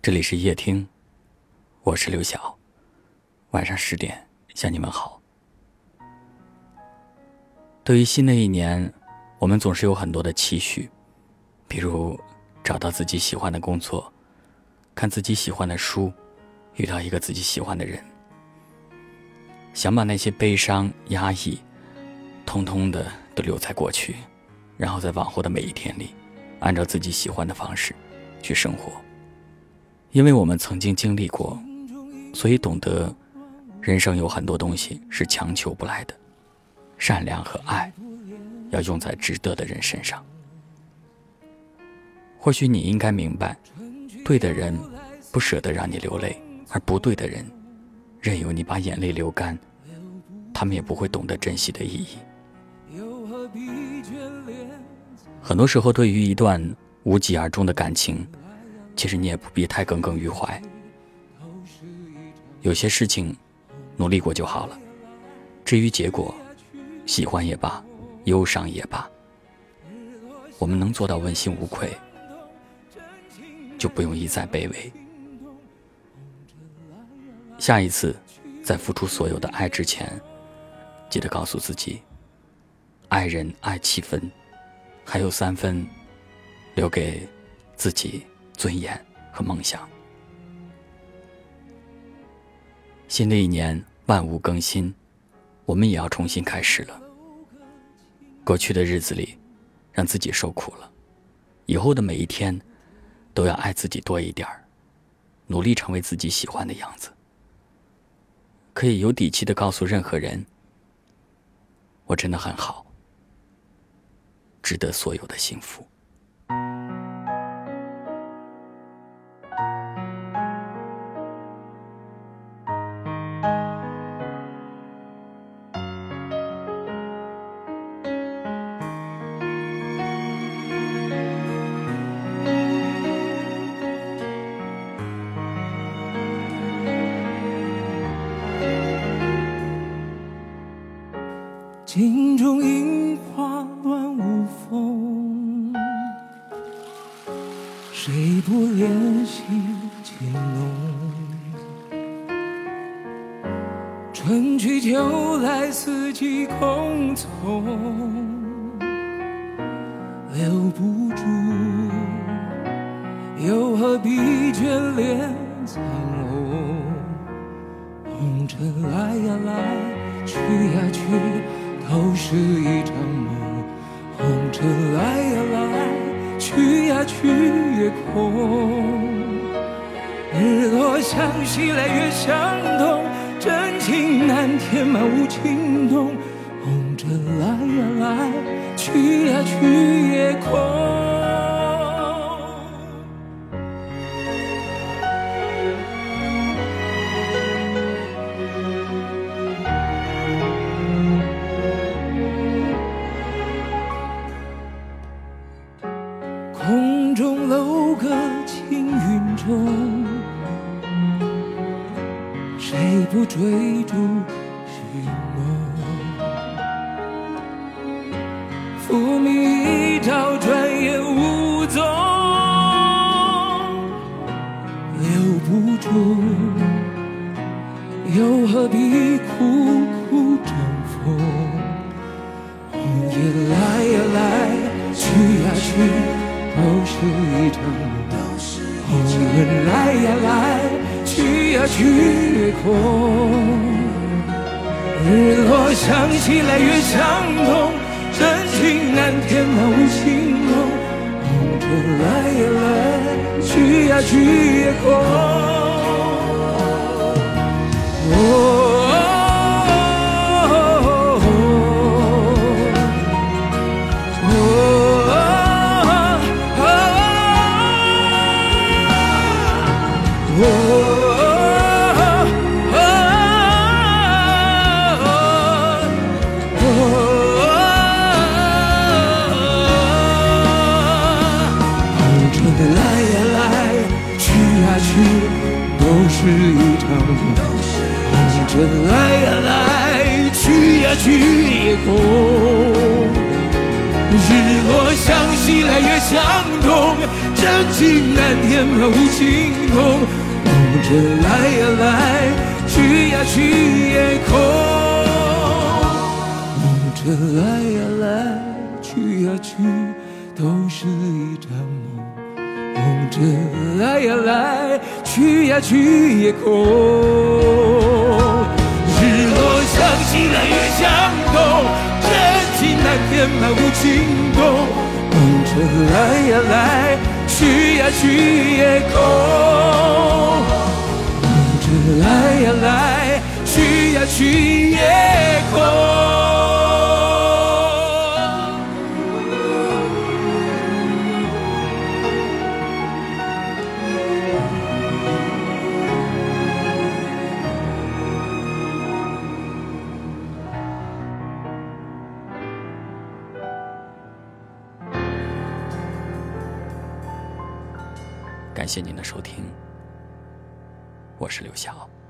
这里是夜听，我是刘晓，晚上10点向你们好。对于新的一年，我们总是有很多的期许，比如找到自己喜欢的工作，看自己喜欢的书，遇到一个自己喜欢的人。想把那些悲伤、压抑通通的都留在过去，然后在往后的每一天里，按照自己喜欢的方式去生活。因为我们曾经经历过，所以懂得人生有很多东西是强求不来的，善良和爱要用在值得的人身上。或许你应该明白，对的人不舍得让你流泪，而不对的人任由你把眼泪流干，他们也不会懂得珍惜的意义。很多时候，对于一段无疾而终的感情，其实你也不必太耿耿于怀。有些事情努力过就好了，至于结果，喜欢也罢，忧伤也罢，我们能做到问心无愧，就不用一再卑微。下一次在付出所有的爱之前，记得告诉自己，爱人爱7分，还有3分留给自己尊严和梦想。新的一年万物更新，我们也要重新开始了。过去的日子里让自己受苦了，以后的每一天都要爱自己多一点，努力成为自己喜欢的样子。可以有底气地告诉任何人，我真的很好，值得所有的幸福。 镜中樱花乱舞风，谁不怜惜情浓？春去秋来四季空从，留不住，又何必眷恋苍鸥？红尘来呀来，去呀去，都是一场梦。红尘来呀来，去呀去也空。日落向西来月相东，真情难填满无情洞。红尘来呀来，去呀去也空。空中楼阁青云中，谁不追逐寻梦？浮名一朝，转眼无踪，留不住，又何必苦苦争锋？红叶来呀来，去呀去，都是一场梦。红人来呀来，去呀去也空。日落向西来月相东，真情难填满无情梦。红尘来呀来，去呀去也空。来呀来，去呀去，都是一场梦。红尘来呀来，去呀去也空。日落向西来月相东，真情难填满无尽头，梦着来呀来，去呀去也空，梦着来呀来，去呀去都是一场梦，梦着来呀来，去呀去也空。日落想起来月相东，真情难填满无尽头，梦着来呀来，去呀去也空，梦着来呀来，去呀去也空。 感谢您的收听，我是刘晓。